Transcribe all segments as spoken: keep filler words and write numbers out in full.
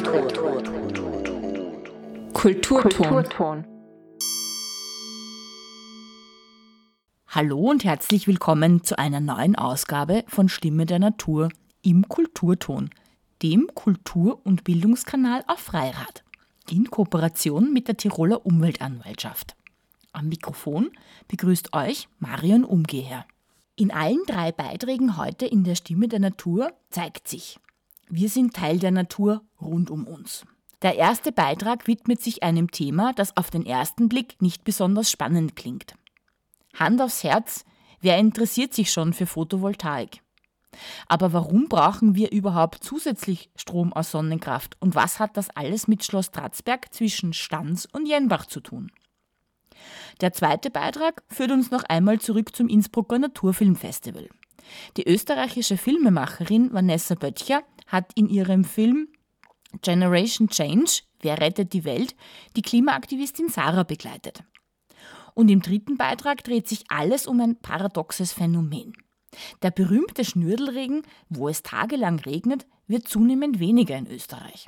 Kulturton. Hallo und herzlich willkommen zu einer neuen Ausgabe von Stimme der Natur im Kulturton, dem Kultur- und Bildungskanal auf Freirad, in Kooperation mit der Tiroler Umweltanwaltschaft. Am Mikrofon begrüßt euch Marion Umgeher. In allen drei Beiträgen heute in der Stimme der Natur zeigt sich, wir sind Teil der Natur rund um uns. Der erste Beitrag widmet sich einem Thema, das auf den ersten Blick nicht besonders spannend klingt. Hand aufs Herz, wer interessiert sich schon für Photovoltaik? Aber warum brauchen wir überhaupt zusätzlich Strom aus Sonnenkraft und was hat das alles mit Schloss Tratzberg zwischen Stans und Jenbach zu tun? Der zweite Beitrag führt uns noch einmal zurück zum Innsbrucker Naturfilmfestival. Die österreichische Filmemacherin Vanessa Böttcher hat in ihrem Film Generation Change, Wer rettet die Welt?, die Klimaaktivistin Sarah begleitet. Und im dritten Beitrag dreht sich alles um ein paradoxes Phänomen. Der berühmte Schnürdelregen, wo es tagelang regnet, wird zunehmend weniger in Österreich.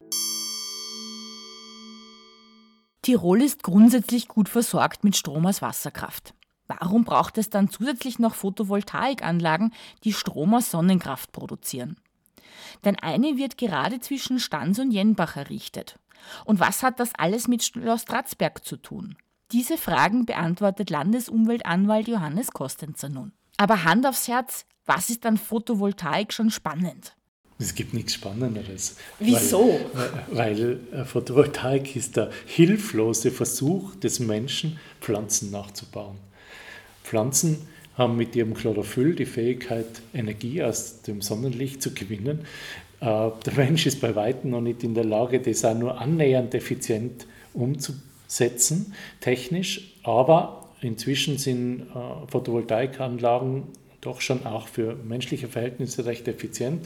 Tirol ist grundsätzlich gut versorgt mit Strom aus Wasserkraft. Warum braucht es dann zusätzlich noch Photovoltaikanlagen, die Strom aus Sonnenkraft produzieren? Denn eine wird gerade zwischen Stans und Jenbach errichtet. Und was hat das alles mit Schloss Tratzberg zu tun? Diese Fragen beantwortet Landesumweltanwalt Johannes Kostenzer nun. Aber Hand aufs Herz, was ist an Photovoltaik schon spannend? Es gibt nichts Spannenderes. Wieso? Weil, weil Photovoltaik ist der hilflose Versuch des Menschen, Pflanzen nachzubauen. Pflanzen haben mit ihrem Chlorophyll die Fähigkeit, Energie aus dem Sonnenlicht zu gewinnen. Der Mensch ist bei weitem noch nicht in der Lage, das auch nur annähernd effizient umzusetzen, technisch. Aber inzwischen sind Photovoltaikanlagen doch schon auch für menschliche Verhältnisse recht effizient.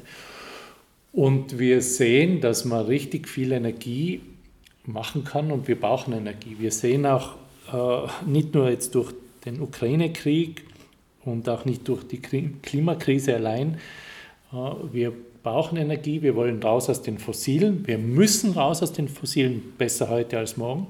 Und wir sehen, dass man richtig viel Energie machen kann und wir brauchen Energie. Wir sehen auch äh, nicht nur jetzt durch den Ukraine-Krieg und auch nicht durch die Klimakrise allein, äh, wir brauchen Energie, wir wollen raus aus den Fossilen, wir müssen raus aus den Fossilen, besser heute als morgen.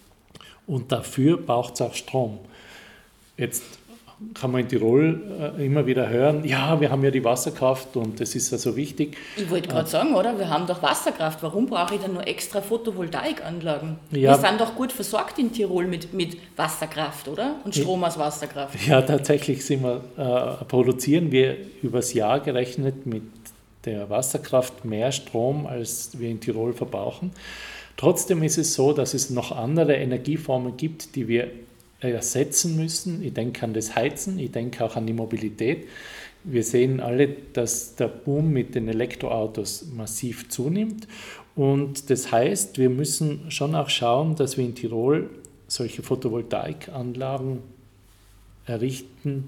Und dafür braucht es auch Strom. Jetzt kann man in Tirol äh, immer wieder hören, ja, wir haben ja die Wasserkraft und das ist ja so wichtig. Ich wollte gerade äh, sagen, oder? Wir haben doch Wasserkraft, warum brauche ich dann nur extra Photovoltaikanlagen? Ja, wir sind doch gut versorgt in Tirol mit, mit Wasserkraft, oder? Und Strom aus Wasserkraft. Ja, tatsächlich sind wir, äh, produzieren wir übers Jahr gerechnet mit der Wasserkraft mehr Strom, als wir in Tirol verbrauchen. Trotzdem ist es so, dass es noch andere Energieformen gibt, die wir ersetzen müssen. Ich denke an das Heizen, ich denke auch an die Mobilität. Wir sehen alle, dass der Boom mit den Elektroautos massiv zunimmt und das heißt, wir müssen schon auch schauen, dass wir in Tirol solche Photovoltaikanlagen errichten.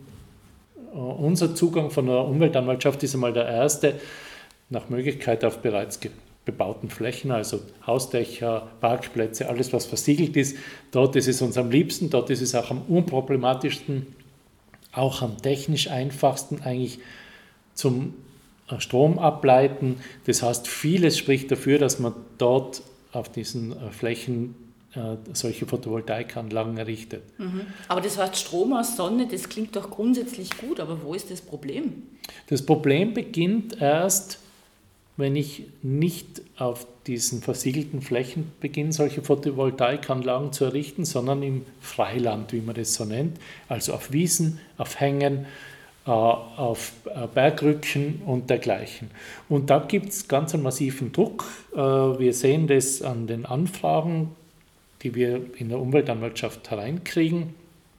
Unser Zugang von der Umweltanwaltschaft ist einmal der erste, nach Möglichkeit auf bereits bebauten Flächen, also Hausdächer, Parkplätze, alles was versiegelt ist. Dort ist es uns am liebsten, dort ist es auch am unproblematischsten, auch am technisch einfachsten eigentlich zum Strom ableiten. Das heißt, vieles spricht dafür, dass man dort auf diesen Flächen äh, solche Photovoltaikanlagen errichtet. Mhm. Aber das heißt, Strom aus Sonne, das klingt doch grundsätzlich gut, aber wo ist das Problem? Das Problem beginnt erst, wenn ich nicht auf diesen versiegelten Flächen beginne, solche Photovoltaikanlagen zu errichten, sondern im Freiland, wie man das so nennt, also auf Wiesen, auf Hängen, auf Bergrücken und dergleichen. Und da gibt es ganz einen massiven Druck. Wir sehen das an den Anfragen, die wir in der Umweltanwaltschaft hereinkriegen,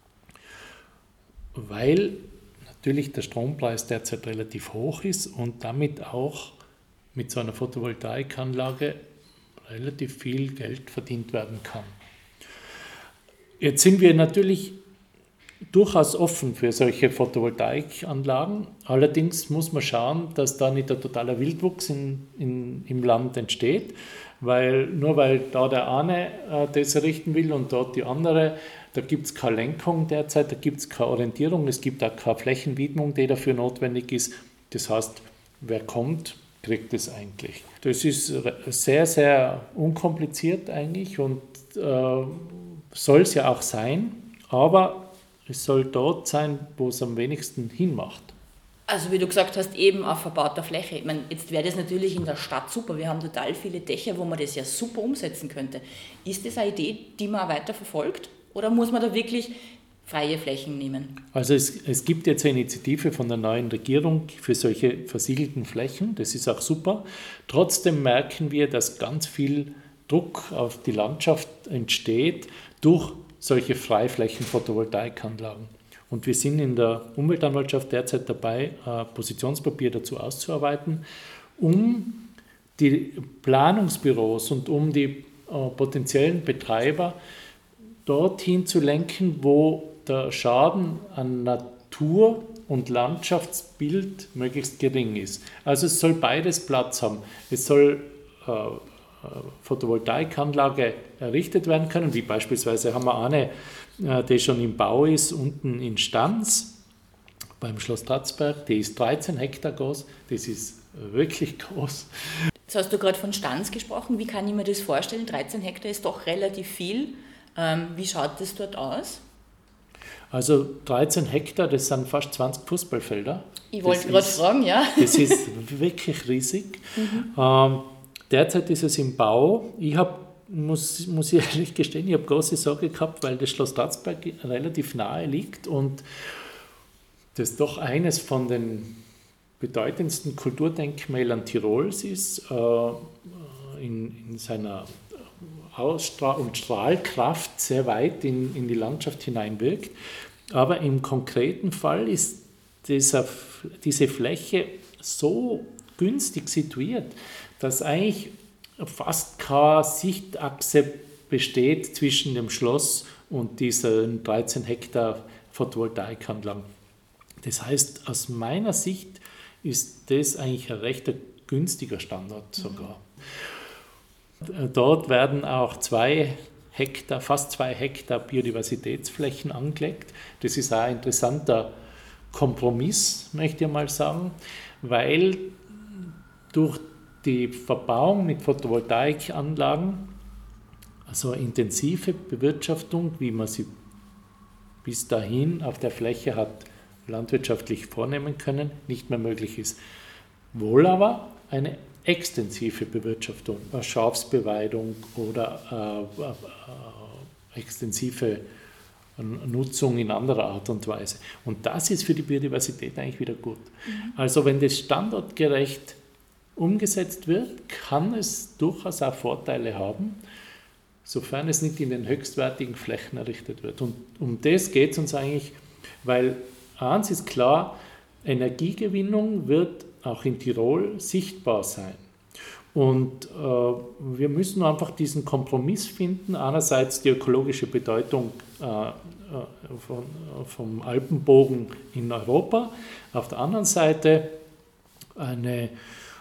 weil natürlich der Strompreis derzeit relativ hoch ist und damit auch mit so einer Photovoltaikanlage relativ viel Geld verdient werden kann. Jetzt sind wir natürlich durchaus offen für solche Photovoltaikanlagen. Allerdings muss man schauen, dass da nicht ein totaler Wildwuchs in, in, im Land entsteht, weil nur weil da der eine äh, das errichten will und dort die andere, da gibt es keine Lenkung derzeit, da gibt es keine Orientierung, es gibt auch keine Flächenwidmung, die dafür notwendig ist. Das heißt, wer kommt, kriegt es eigentlich. Das ist sehr, sehr unkompliziert eigentlich und äh, soll es ja auch sein, aber es soll dort sein, wo es am wenigsten hinmacht. Also wie du gesagt hast, eben auf verbauter Fläche. Ich meine, jetzt wäre das natürlich in der Stadt super. Wir haben total viele Dächer, wo man das ja super umsetzen könnte. Ist das eine Idee, die man auch weiter verfolgt? Oder muss man da wirklich freie Flächen nehmen? Also es, es gibt jetzt eine Initiative von der neuen Regierung für solche versiegelten Flächen. Das ist auch super. Trotzdem merken wir, dass ganz viel Druck auf die Landschaft entsteht durch solche Freiflächen-Photovoltaikanlagen. Und wir sind in der Umweltanwaltschaft derzeit dabei, ein Positionspapier dazu auszuarbeiten, um die Planungsbüros und um die äh, potenziellen Betreiber dorthin zu lenken, wo der Schaden an Natur und Landschaftsbild möglichst gering ist. Also es soll beides Platz haben. Es soll äh, Photovoltaikanlage errichtet werden können, wie beispielsweise haben wir eine, die schon im Bau ist, unten in Stans beim Schloss Tratzberg. Die ist dreizehn Hektar groß, das ist wirklich groß. Jetzt hast du gerade von Stans gesprochen, wie kann ich mir das vorstellen? dreizehn Hektar ist doch relativ viel. Ähm, wie schaut das dort aus? Also dreizehn Hektar, das sind fast zwanzig Fußballfelder. Ich wollte gerade fragen, ja. Das ist wirklich riesig. Mhm. Ähm, derzeit ist es im Bau. Ich habe Muss, muss ich ehrlich gestehen, ich habe große Sorge gehabt, weil das Schloss Tratzberg relativ nahe liegt und das doch eines von den bedeutendsten Kulturdenkmälern Tirols ist, äh, in, in seiner Ausstrahl- und Strahlkraft sehr weit in, in die Landschaft hineinwirkt. Aber im konkreten Fall ist dieser, diese Fläche so günstig situiert, dass eigentlich fast keine Sichtachse besteht zwischen dem Schloss und diesen dreizehn Hektar Photovoltaikanlagen. Das heißt, aus meiner Sicht ist das eigentlich ein recht günstiger Standort sogar. Mhm. Dort werden auch zwei Hektar, fast zwei Hektar Biodiversitätsflächen angelegt. Das ist auch ein interessanter Kompromiss, möchte ich mal sagen, weil durch die Verbauung mit Photovoltaikanlagen, also intensive Bewirtschaftung, wie man sie bis dahin auf der Fläche hat landwirtschaftlich vornehmen können, nicht mehr möglich ist. Wohl aber eine extensive Bewirtschaftung, eine Schafsbeweidung oder äh, äh, extensive Nutzung in anderer Art und Weise. Und das ist für die Biodiversität eigentlich wieder gut. Mhm. Also wenn das standortgerecht umgesetzt wird, kann es durchaus auch Vorteile haben, sofern es nicht in den höchstwertigen Flächen errichtet wird. Und um das geht es uns eigentlich, weil eins ist klar, Energiegewinnung wird auch in Tirol sichtbar sein. Und äh, wir müssen einfach diesen Kompromiss finden, einerseits die ökologische Bedeutung äh, von, vom Alpenbogen in Europa, auf der anderen Seite eine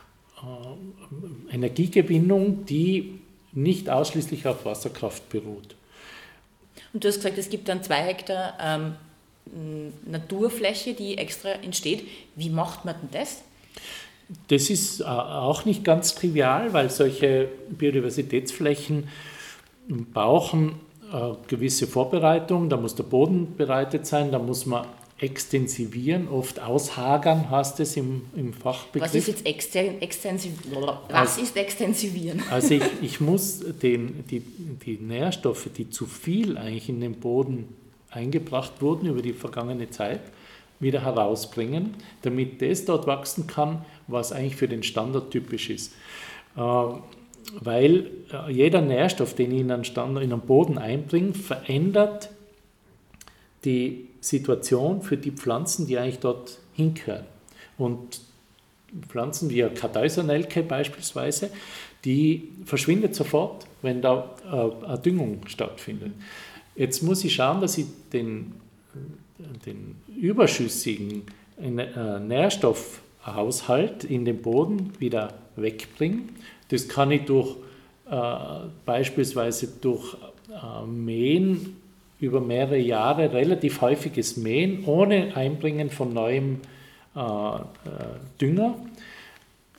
Energiegewinnung, die nicht ausschließlich auf Wasserkraft beruht. Und du hast gesagt, es gibt dann zwei Hektar ähm, Naturfläche, die extra entsteht. Wie macht man denn das? Das ist auch nicht ganz trivial, weil solche Biodiversitätsflächen brauchen äh, gewisse Vorbereitung. Da muss der Boden bereitet sein, da muss man extensivieren, oft aushagern, heißt es im, im Fachbegriff. Was ist jetzt exten, extensiv, was also, ist extensivieren? Also ich, ich muss den, die, die Nährstoffe, die zu viel eigentlich in den Boden eingebracht wurden über die vergangene Zeit, wieder herausbringen, damit das dort wachsen kann, was eigentlich für den Standort typisch ist. Äh, weil äh, jeder Nährstoff, den ich in einen, Standort, in einen Boden einbringe, verändert die Situation für die Pflanzen, die eigentlich dort hingehören. Und Pflanzen wie Kartäusernelke beispielsweise, die verschwindet sofort, wenn da äh, eine Düngung stattfindet. Jetzt muss ich schauen, dass ich den, den überschüssigen äh, Nährstoffhaushalt in den Boden wieder wegbringe. Das kann ich durch äh, beispielsweise durch äh, Mähen über mehrere Jahre, relativ häufiges Mähen ohne Einbringen von neuem äh, äh, Dünger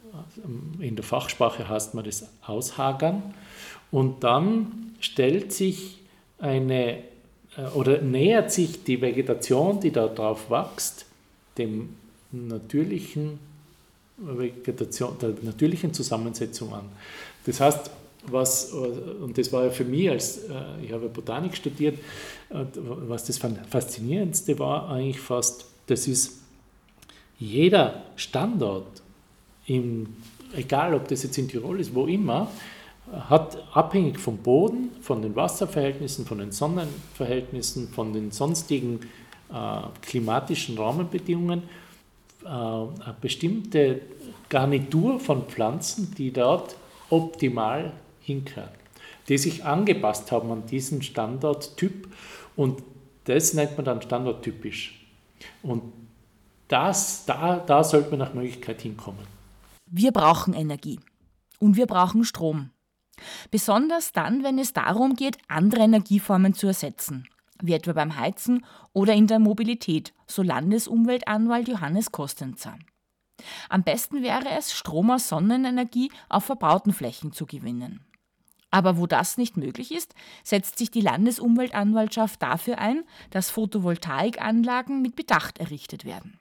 in der Fachsprache heißt man das Aushagern. Und dann stellt sich eine oder nähert sich die Vegetation, die da drauf wächst, dem natürlichen Vegetation, der natürlichen Zusammensetzung an. Das heißt, was, und das war ja für mich, als ich habe Botanik studiert, was das Faszinierendste war eigentlich fast, das ist jeder Standort, im, egal ob das jetzt in Tirol ist, wo immer, hat abhängig vom Boden, von den Wasserverhältnissen, von den Sonnenverhältnissen, von den sonstigen äh, klimatischen Rahmenbedingungen äh, eine bestimmte Garnitur von Pflanzen, die dort optimal hinkehren, die sich angepasst haben an diesen Standorttyp, und das nennt man dann standorttypisch. Und das, da, da sollte man nach Möglichkeit hinkommen. Wir brauchen Energie und wir brauchen Strom. Besonders dann, wenn es darum geht, andere Energieformen zu ersetzen, wie etwa beim Heizen oder in der Mobilität, so Landesumweltanwalt Johannes Kostenzahn. Am besten wäre es, Strom aus Sonnenenergie auf verbauten Flächen zu gewinnen. Aber wo das nicht möglich ist, setzt sich die Landesumweltanwaltschaft dafür ein, dass Photovoltaikanlagen mit Bedacht errichtet werden.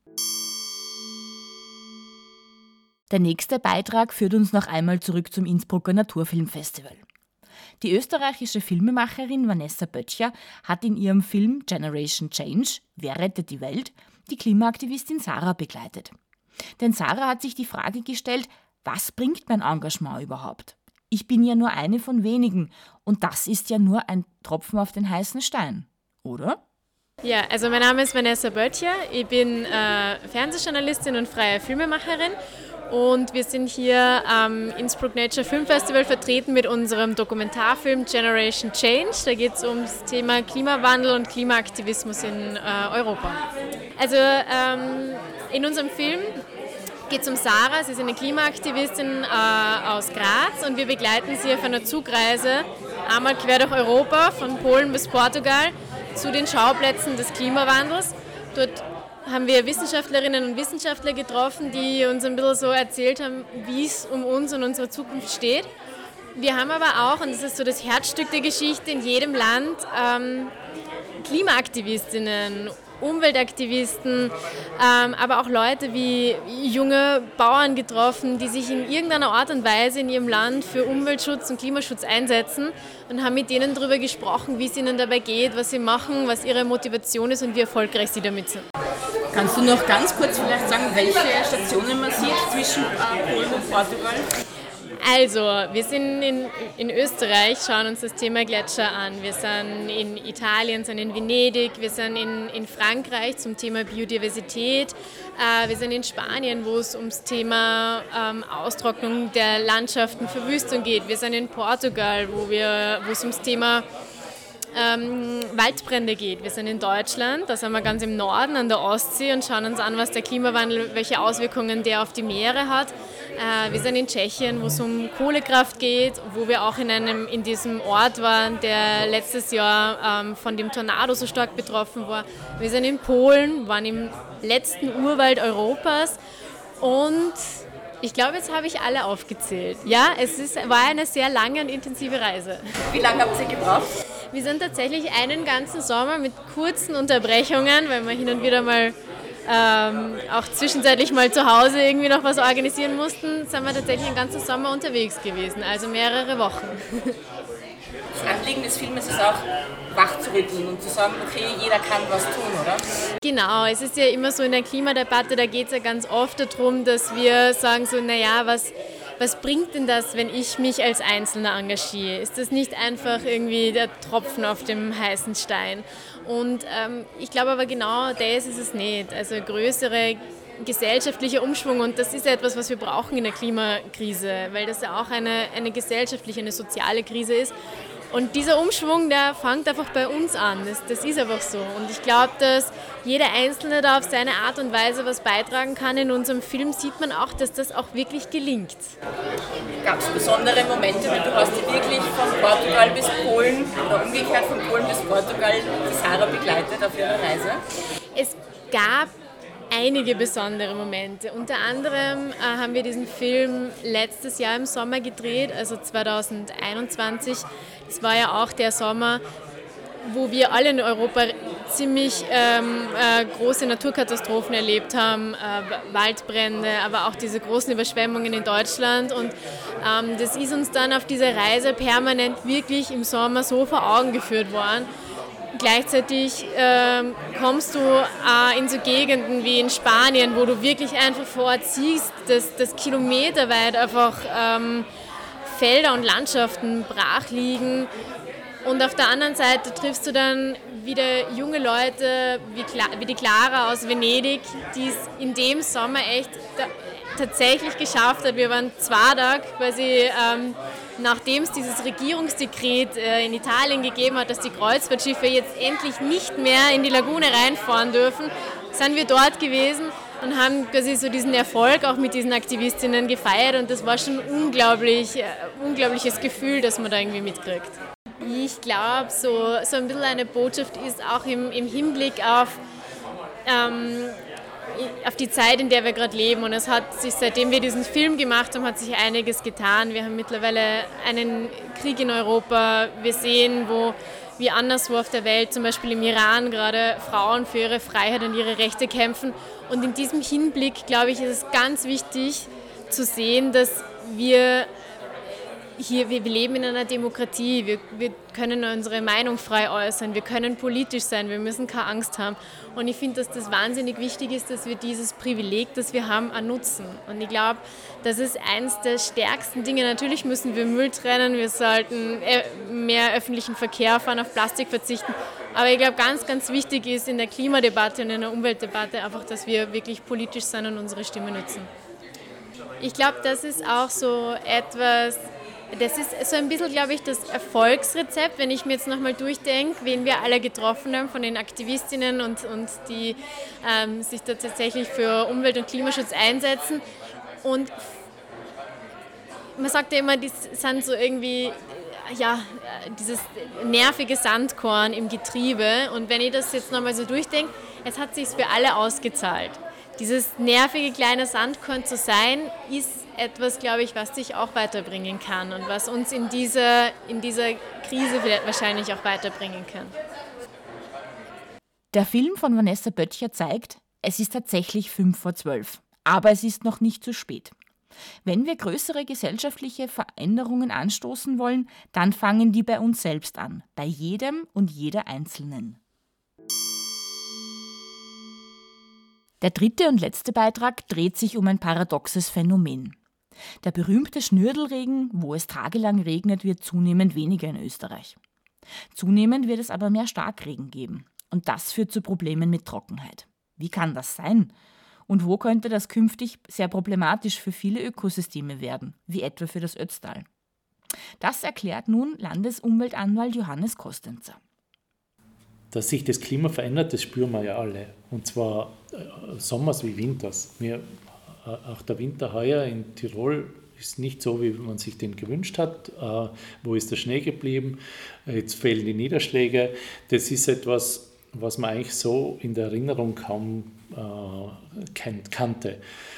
Der nächste Beitrag führt uns noch einmal zurück zum Innsbrucker Naturfilmfestival. Die österreichische Filmemacherin Vanessa Böttcher hat in ihrem Film Generation Change – Wer rettet die Welt? Die Klimaaktivistin Sarah begleitet. Denn Sarah hat sich die Frage gestellt, was bringt mein Engagement überhaupt? Ich bin ja nur eine von wenigen und das ist ja nur ein Tropfen auf den heißen Stein, oder? Ja, also mein Name ist Vanessa Böttcher, ich bin äh, Fernsehjournalistin und freie Filmemacherin. Und wir sind hier am Innsbruck Nature Film Festival vertreten mit unserem Dokumentarfilm Generation Change. Da geht es ums Thema Klimawandel und Klimaaktivismus in äh, Europa. Also ähm, in unserem Film geht es um Sarah, sie ist eine Klimaaktivistin äh, aus Graz und wir begleiten sie auf einer Zugreise einmal quer durch Europa, von Polen bis Portugal, zu den Schauplätzen des Klimawandels. Dort haben wir Wissenschaftlerinnen und Wissenschaftler getroffen, die uns ein bisschen so erzählt haben, wie es um uns und unsere Zukunft steht. Wir haben aber auch, und das ist so das Herzstück der Geschichte, in jedem Land ähm, Klimaaktivistinnen, Umweltaktivisten, ähm, aber auch Leute wie junge Bauern getroffen, die sich in irgendeiner Art und Weise in ihrem Land für Umweltschutz und Klimaschutz einsetzen und haben mit denen darüber gesprochen, wie es ihnen dabei geht, was sie machen, was ihre Motivation ist und wie erfolgreich sie damit sind. Kannst du noch ganz kurz vielleicht sagen, welche Stationen man sieht zwischen äh, Polen und Portugal? Also, wir sind in, in Österreich, schauen uns das Thema Gletscher an. Wir sind in Italien, sind in Venedig, wir sind in, in Frankreich zum Thema Biodiversität, äh, wir sind in Spanien, wo es ums Thema ähm, Austrocknung der Landschaften, Verwüstung geht. Wir sind in Portugal, wo, wir, wo es ums Thema Ähm, Waldbrände geht. Wir sind in Deutschland, da sind wir ganz im Norden an der Ostsee und schauen uns an, was der Klimawandel, welche Auswirkungen der auf die Meere hat. Äh, wir sind in Tschechien, wo es um Kohlekraft geht, wo wir auch in, einem, in diesem Ort waren, der letztes Jahr ähm, von dem Tornado so stark betroffen war. Wir sind in Polen, waren im letzten Urwald Europas und ich glaube, jetzt habe ich alle aufgezählt. Ja, es ist, war eine sehr lange und intensive Reise. Wie lange habt ihr gebraucht? Wir sind tatsächlich einen ganzen Sommer mit kurzen Unterbrechungen, weil wir hin und wieder mal ähm, auch zwischenzeitlich mal zu Hause irgendwie noch was organisieren mussten, sind wir tatsächlich einen ganzen Sommer unterwegs gewesen, also mehrere Wochen. Das Anliegen des Filmes ist auch, wach zu rütteln und zu sagen, okay, jeder kann was tun, oder? Genau, es ist ja immer so in der Klimadebatte, da geht es ja ganz oft darum, dass wir sagen so, naja, was, was bringt denn das, wenn ich mich als Einzelner engagiere? Ist das nicht einfach irgendwie der Tropfen auf dem heißen Stein? Und ähm, ich glaube aber genau das ist es nicht. Also größere gesellschaftlicher Umschwung und das ist ja etwas, was wir brauchen in der Klimakrise, weil das ja auch eine, eine gesellschaftliche, eine soziale Krise ist. Und dieser Umschwung, der fängt einfach bei uns an. Das, das ist einfach so. Und ich glaube, dass jeder Einzelne da auf seine Art und Weise was beitragen kann. In unserem Film sieht man auch, dass das auch wirklich gelingt. Gab es besondere Momente, weil du hast ja wirklich von Portugal bis Polen oder umgekehrt von Polen bis Portugal die Sarah begleitet auf ihrer Reise? Es gab einige besondere Momente. Unter anderem äh, haben wir diesen Film letztes Jahr im Sommer gedreht, also zwanzig einundzwanzig. Das war ja auch der Sommer, wo wir alle in Europa ziemlich ähm, äh, große Naturkatastrophen erlebt haben, äh, Waldbrände, aber auch diese großen Überschwemmungen in Deutschland. Und ähm, das ist uns dann auf dieser Reise permanent wirklich im Sommer so vor Augen geführt worden. Gleichzeitig ähm, kommst du äh, in so Gegenden wie in Spanien, wo du wirklich einfach vor Ort siehst, dass, dass kilometerweit einfach ähm, Felder und Landschaften brach liegen. Und auf der anderen Seite triffst du dann wieder junge Leute wie, Cla- wie die Clara aus Venedig, die es in dem Sommer echt da- tatsächlich geschafft hat. Wir waren zwei Tage quasi, ähm, nachdem es dieses Regierungsdekret äh, in Italien gegeben hat, dass die Kreuzfahrtschiffe jetzt endlich nicht mehr in die Lagune reinfahren dürfen, sind wir dort gewesen und haben quasi so diesen Erfolg auch mit diesen Aktivistinnen gefeiert. Und das war schon ein unglaublich, äh, unglaubliches Gefühl, das man da irgendwie mitkriegt. Ich glaube, so, so ein bisschen eine Botschaft ist auch im, im Hinblick auf, ähm, auf die Zeit, in der wir gerade leben. Und es hat sich, seitdem wir diesen Film gemacht haben, hat sich einiges getan. Wir haben mittlerweile einen Krieg in Europa. Wir sehen, wo wie anderswo auf der Welt, zum Beispiel im Iran, gerade Frauen für ihre Freiheit und ihre Rechte kämpfen. Und in diesem Hinblick, glaube ich, ist es ganz wichtig zu sehen, dass wir Hier, wir, wir leben in einer Demokratie, wir, wir können unsere Meinung frei äußern, wir können politisch sein, wir müssen keine Angst haben. Und ich finde, dass das wahnsinnig wichtig ist, dass wir dieses Privileg, das wir haben, auch nutzen. Und ich glaube, das ist eines der stärksten Dinge. Natürlich müssen wir Müll trennen, wir sollten mehr öffentlichen Verkehr fahren, auf Plastik verzichten. Aber ich glaube, ganz, ganz wichtig ist in der Klimadebatte und in der Umweltdebatte einfach, dass wir wirklich politisch sein und unsere Stimme nutzen. Ich glaube, das ist auch so etwas... Das ist so ein bisschen, glaube ich, das Erfolgsrezept, wenn ich mir jetzt nochmal durchdenke, wen wir alle getroffen haben von den Aktivistinnen und, und die ähm, sich da tatsächlich für Umwelt- und Klimaschutz einsetzen. Und man sagt ja immer, die sind so irgendwie, ja, dieses nervige Sandkorn im Getriebe. Und wenn ich das jetzt nochmal so durchdenke, es hat sich für alle ausgezahlt. Dieses nervige kleine Sandkorn zu sein, ist etwas, glaube ich, was dich auch weiterbringen kann und was uns in dieser, in dieser Krise wahrscheinlich auch weiterbringen kann. Der Film von Vanessa Böttcher zeigt, es ist tatsächlich fünf vor zwölf, aber es ist noch nicht zu spät. Wenn wir größere gesellschaftliche Veränderungen anstoßen wollen, dann fangen die bei uns selbst an, bei jedem und jeder Einzelnen. Der dritte und letzte Beitrag dreht sich um ein paradoxes Phänomen. Der berühmte Schnürdelregen, wo es tagelang regnet, wird zunehmend weniger in Österreich. Zunehmend wird es aber mehr Starkregen geben. Und das führt zu Problemen mit Trockenheit. Wie kann das sein? Und wo könnte das künftig sehr problematisch für viele Ökosysteme werden, wie etwa für das Ötztal? Das erklärt nun Landesumweltanwalt Johannes Kostenzer. Dass sich das Klima verändert, das spüren wir ja alle. Und zwar äh, sommers wie winters. Wir, äh, auch der Winter heuer in Tirol ist nicht so, wie man sich den gewünscht hat. Äh, wo ist der Schnee geblieben? Äh, jetzt fehlen die Niederschläge. Das ist etwas, was man eigentlich so in der Erinnerung kaum äh, kennt, kannte.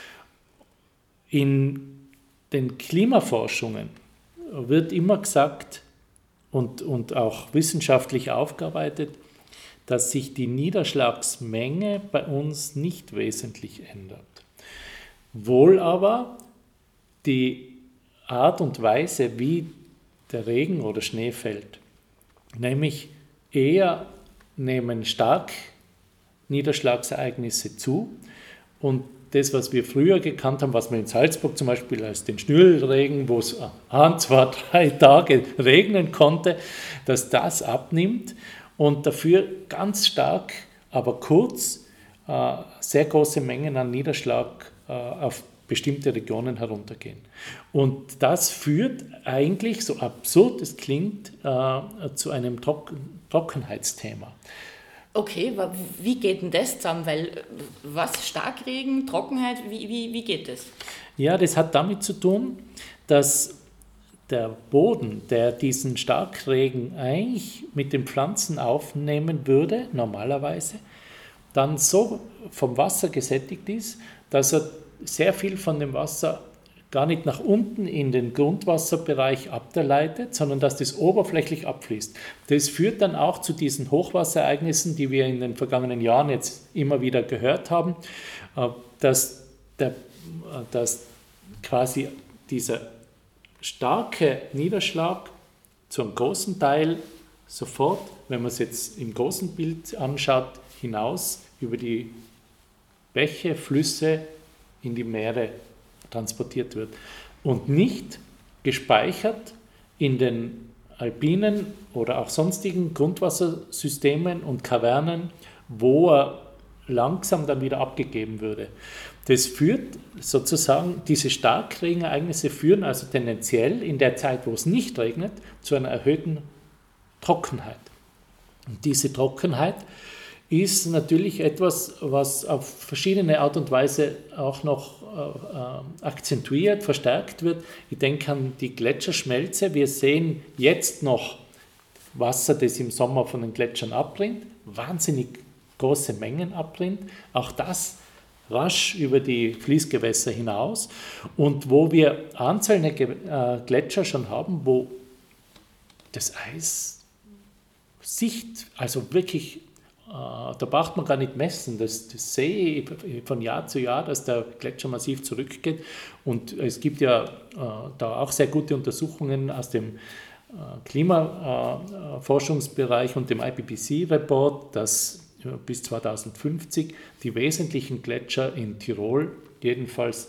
In den Klimaforschungen wird immer gesagt und, und auch wissenschaftlich aufgearbeitet, dass sich die Niederschlagsmenge bei uns nicht wesentlich ändert. Wohl aber die Art und Weise, wie der Regen oder Schnee fällt, nämlich eher nehmen stark Niederschlagsereignisse zu und das, was wir früher gekannt haben, was wir in Salzburg zum Beispiel als den Schnürlregen, wo es ein, zwei, drei Tage regnen konnte, dass das abnimmt und dafür ganz stark, aber kurz, äh, sehr große Mengen an Niederschlag äh, auf bestimmte Regionen heruntergehen. Und das führt eigentlich, so absurd es klingt, äh, zu einem Trocken- Trockenheitsthema. Okay, wie geht denn das zusammen? Weil was, Starkregen, Trockenheit, wie, wie, wie geht das? Ja, das hat damit zu tun, dass der Boden, der diesen Starkregen eigentlich mit den Pflanzen aufnehmen würde, normalerweise, dann so vom Wasser gesättigt ist, dass er sehr viel von dem Wasser gar nicht nach unten in den Grundwasserbereich ableitet, sondern dass das oberflächlich abfließt. Das führt dann auch zu diesen Hochwasserereignissen, die wir in den vergangenen Jahren jetzt immer wieder gehört haben, dass, der, dass quasi dieser starke Niederschlag zu einem großen Teil sofort, wenn man es jetzt im großen Bild anschaut, hinaus über die Bäche, Flüsse in die Meere transportiert wird und nicht gespeichert in den alpinen oder auch sonstigen Grundwassersystemen und Kavernen, wo er langsam dann wieder abgegeben würde. Das führt sozusagen, diese Starkregenereignisse führen also tendenziell in der Zeit, wo es nicht regnet, zu einer erhöhten Trockenheit. Und diese Trockenheit ist natürlich etwas, was auf verschiedene Art und Weise auch noch äh, akzentuiert, verstärkt wird. Ich denke an die Gletscherschmelze. Wir sehen jetzt noch Wasser, das im Sommer von den Gletschern abrinnt, wahnsinnig große Mengen abrinnt. Auch das rasch über die Fließgewässer hinaus. Und wo wir einzelne äh, Gletscher schon haben, wo das Eis Sicht, also wirklich, da braucht man gar nicht messen, das, das sehe ich von Jahr zu Jahr, dass der Gletscher massiv zurückgeht und es gibt ja äh, da auch sehr gute Untersuchungen aus dem äh, Klimaforschungsbereich äh, und dem I P C C-Report, dass äh, bis zweitausendfünfzig die wesentlichen Gletscher in Tirol jedenfalls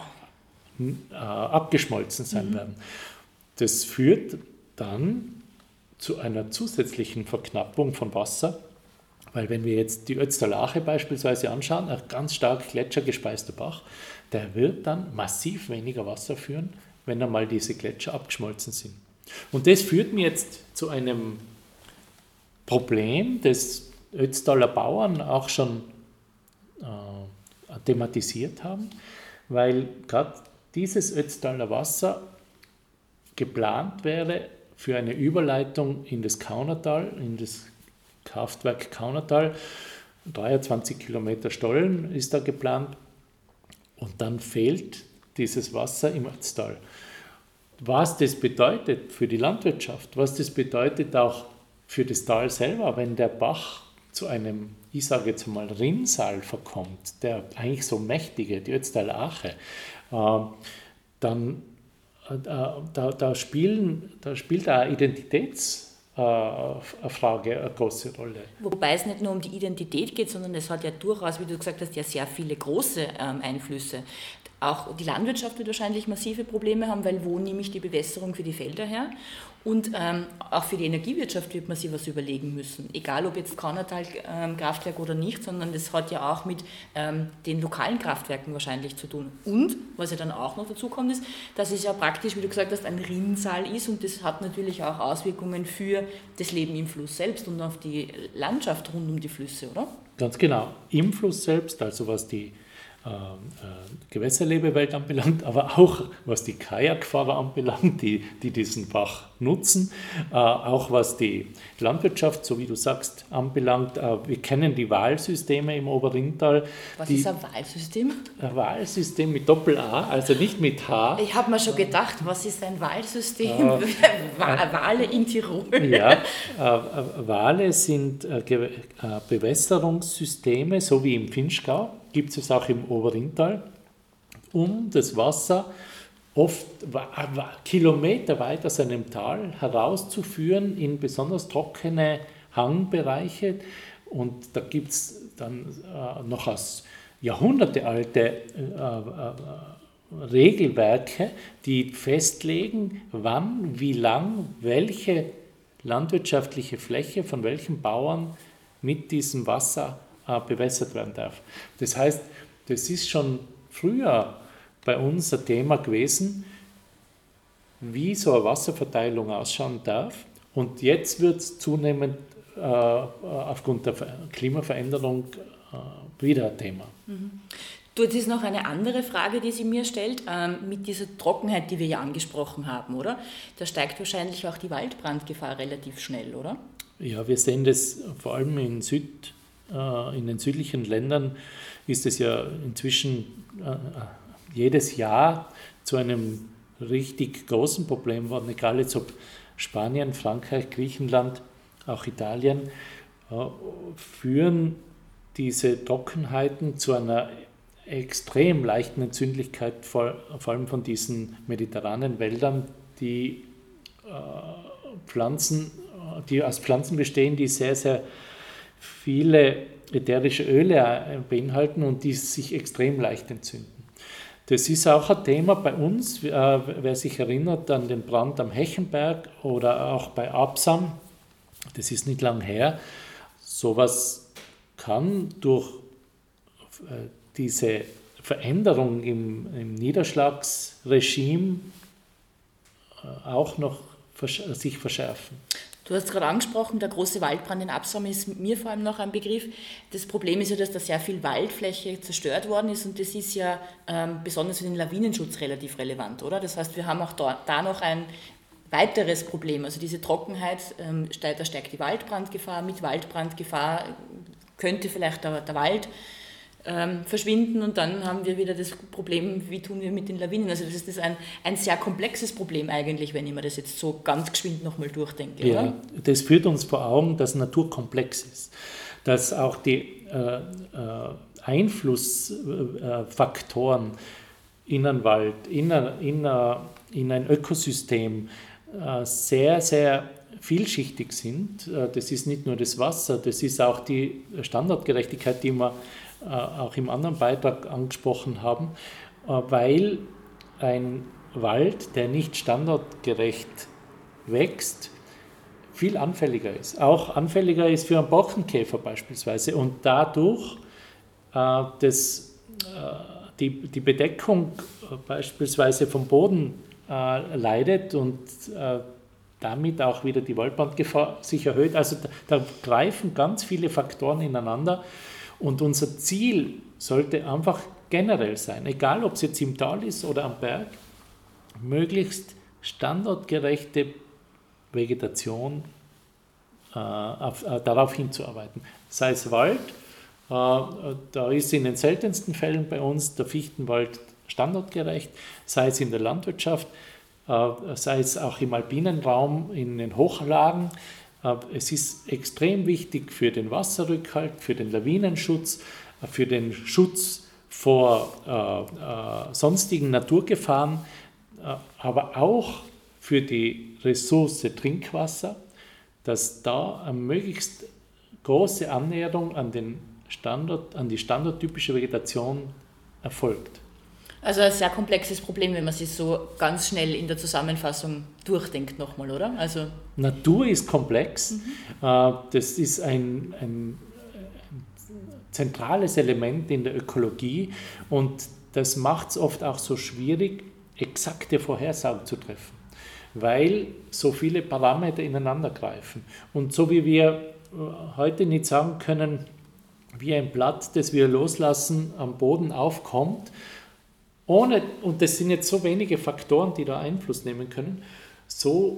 äh, abgeschmolzen sein mhm. werden. Das führt dann zu einer zusätzlichen Verknappung von Wasser. Weil wenn wir jetzt die Ötztaler Ache beispielsweise anschauen, ein ganz stark gletschergespeister Bach, der wird dann massiv weniger Wasser führen, wenn einmal diese Gletscher abgeschmolzen sind. Und das führt mir jetzt zu einem Problem, das Ötztaler Bauern auch schon äh, thematisiert haben, weil gerade dieses Ötztaler Wasser geplant wäre für eine Überleitung in das Kaunertal, in das Kraftwerk Kaunertal, dreiundzwanzig Kilometer Stollen ist da geplant und dann fehlt dieses Wasser im Ötztal. Was das bedeutet für die Landwirtschaft, was das bedeutet auch für das Tal selber, wenn der Bach zu einem, ich sage jetzt mal, Rinnsal verkommt, der eigentlich so mächtige, die Ötztaler Ache, äh, dann äh, da, da, spielen, da spielt eine Identitäts- eine Frage eine große Rolle. Wobei es nicht nur um die Identität geht, sondern es hat ja durchaus, wie du gesagt hast, ja sehr viele große ähm, Einflüsse. Auch die Landwirtschaft wird wahrscheinlich massive Probleme haben, weil wo nehme ich die Bewässerung für die Felder her? Und ähm, auch für die Energiewirtschaft wird man sich was überlegen müssen. Egal ob jetzt Kaunertal-Kraftwerk ähm, oder nicht, sondern das hat ja auch mit ähm, den lokalen Kraftwerken wahrscheinlich zu tun. Und, was ja dann auch noch dazu kommt, ist, dass es ja praktisch, wie du gesagt hast, ein Rinnsal ist und das hat natürlich auch Auswirkungen für das Leben im Fluss selbst und auf die Landschaft rund um die Flüsse, oder? Ganz genau. Im Fluss selbst, also was die Äh, Gewässerlebewelt anbelangt, aber auch was die Kajakfahrer anbelangt, die, die diesen Bach nutzen, äh, auch was die Landwirtschaft, so wie du sagst, anbelangt. Äh, wir kennen die Wahlsysteme im Oberrintal. Was die, ist ein Wahlsystem? Ein Wahlsystem mit Doppel-A, also nicht mit H. Ich habe mir schon gedacht, was ist ein Wahlsystem? Äh, Wale in Tirol. Ja, äh, Wale sind äh, Ge- äh, Bewässerungssysteme, so wie im Vinschgau, gibt es auch im Oberrintal, um das Wasser oft kilometerweit aus einem Tal herauszuführen in besonders trockene Hangbereiche. Und da gibt es dann äh, noch aus Jahrhunderte alte äh, äh, Regelwerke, die festlegen, wann, wie lang, welche landwirtschaftliche Fläche von welchen Bauern mit diesem Wasser bewässert werden darf. Das heißt, das ist schon früher bei uns ein Thema gewesen, wie so eine Wasserverteilung ausschauen darf. Und jetzt wird es zunehmend äh, aufgrund der Klimaveränderung äh, wieder ein Thema. Mhm. Du, jetzt ist noch eine andere Frage, die sie mir stellt, ähm, mit dieser Trockenheit, die wir ja angesprochen haben, oder? Da steigt wahrscheinlich auch die Waldbrandgefahr relativ schnell, oder? Ja, wir sehen das vor allem in Süd äh, in den südlichen Ländern ist es ja inzwischen äh, jedes Jahr zu einem richtig großen Problem geworden, egal jetzt ob Spanien, Frankreich, Griechenland, auch Italien, äh, führen diese Trockenheiten zu einer extrem leichten Entzündlichkeit, vor, vor allem von diesen mediterranen Wäldern, die äh, Pflanzen, die aus Pflanzen bestehen, die sehr, sehr viele ätherische Öle beinhalten und die sich extrem leicht entzünden. Das ist auch ein Thema bei uns, äh, wer sich erinnert an den Brand am Hechenberg oder auch bei Absam, das ist nicht lang her. Sowas kann durch äh, diese Veränderung im, im Niederschlagsregime äh, auch noch versch- sich verschärfen. Du hast gerade angesprochen, der große Waldbrand in Absam ist mir vor allem noch ein Begriff. Das Problem ist ja, dass da sehr viel Waldfläche zerstört worden ist und das ist ja ähm, besonders für den Lawinenschutz relativ relevant, oder? Das heißt, wir haben auch da, da noch ein weiteres Problem. Also diese Trockenheit, ähm, da steigt die Waldbrandgefahr. Mit Waldbrandgefahr könnte vielleicht der, der Wald ähm, verschwinden und dann haben wir wieder das Problem, wie tun wir mit den Lawinen. Also das ist das ein, ein sehr komplexes Problem eigentlich, wenn ich mir das jetzt so ganz geschwind nochmal durchdenke. Ja, oder? Das führt uns vor Augen, dass Natur komplex ist, dass auch die äh, äh, Einflussfaktoren äh, in einen Wald, in, a, in, a, in ein Ökosystem äh, sehr, sehr vielschichtig sind. Äh, das ist nicht nur das Wasser, das ist auch die Standortgerechtigkeit, die wir äh, auch im anderen Beitrag angesprochen haben, äh, weil ein Wald, der nicht standortgerecht wächst, viel anfälliger ist. Auch anfälliger ist für einen Borkenkäfer beispielsweise und dadurch äh, das, äh, die, die Bedeckung äh, beispielsweise vom Boden äh, leidet und äh, damit auch wieder die Waldbrandgefahr sich erhöht. Also da, da greifen ganz viele Faktoren ineinander und unser Ziel sollte einfach generell sein, egal ob es jetzt im Tal ist oder am Berg, möglichst standortgerechte Vegetation äh, auf, äh, darauf hinzuarbeiten. Sei es Wald, äh, da ist in den seltensten Fällen bei uns der Fichtenwald standortgerecht, sei es in der Landwirtschaft, äh, sei es auch im alpinen Raum, in den Hochlagen. Äh, es ist extrem wichtig für den Wasserrückhalt, für den Lawinenschutz, äh, für den Schutz vor äh, äh, sonstigen Naturgefahren, äh, aber auch für die Ressource Trinkwasser, dass da eine möglichst große Annäherung an, den Standort, an die standorttypische Vegetation erfolgt. Also ein sehr komplexes Problem, wenn man sich so ganz schnell in der Zusammenfassung durchdenkt nochmal, oder? Also Natur ist komplex. Mhm. Das ist ein, ein, ein zentrales Element in der Ökologie und das macht es oft auch so schwierig, exakte Vorhersagen zu treffen, weil so viele Parameter ineinander greifen. Und so wie wir heute nicht sagen können, wie ein Blatt, das wir loslassen, am Boden aufkommt, ohne, und das sind jetzt so wenige Faktoren, die da Einfluss nehmen können, so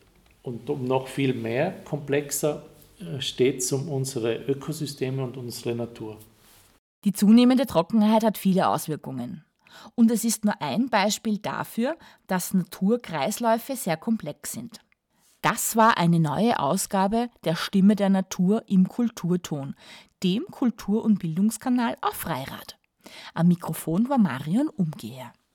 und um noch viel mehr komplexer steht es um unsere Ökosysteme und unsere Natur. Die zunehmende Trockenheit hat viele Auswirkungen. Und es ist nur ein Beispiel dafür, dass Naturkreisläufe sehr komplex sind. Das war eine neue Ausgabe der Stimme der Natur im Kulturton, dem Kultur- und Bildungskanal auf Freirad. Am Mikrofon war Marion Umgeher.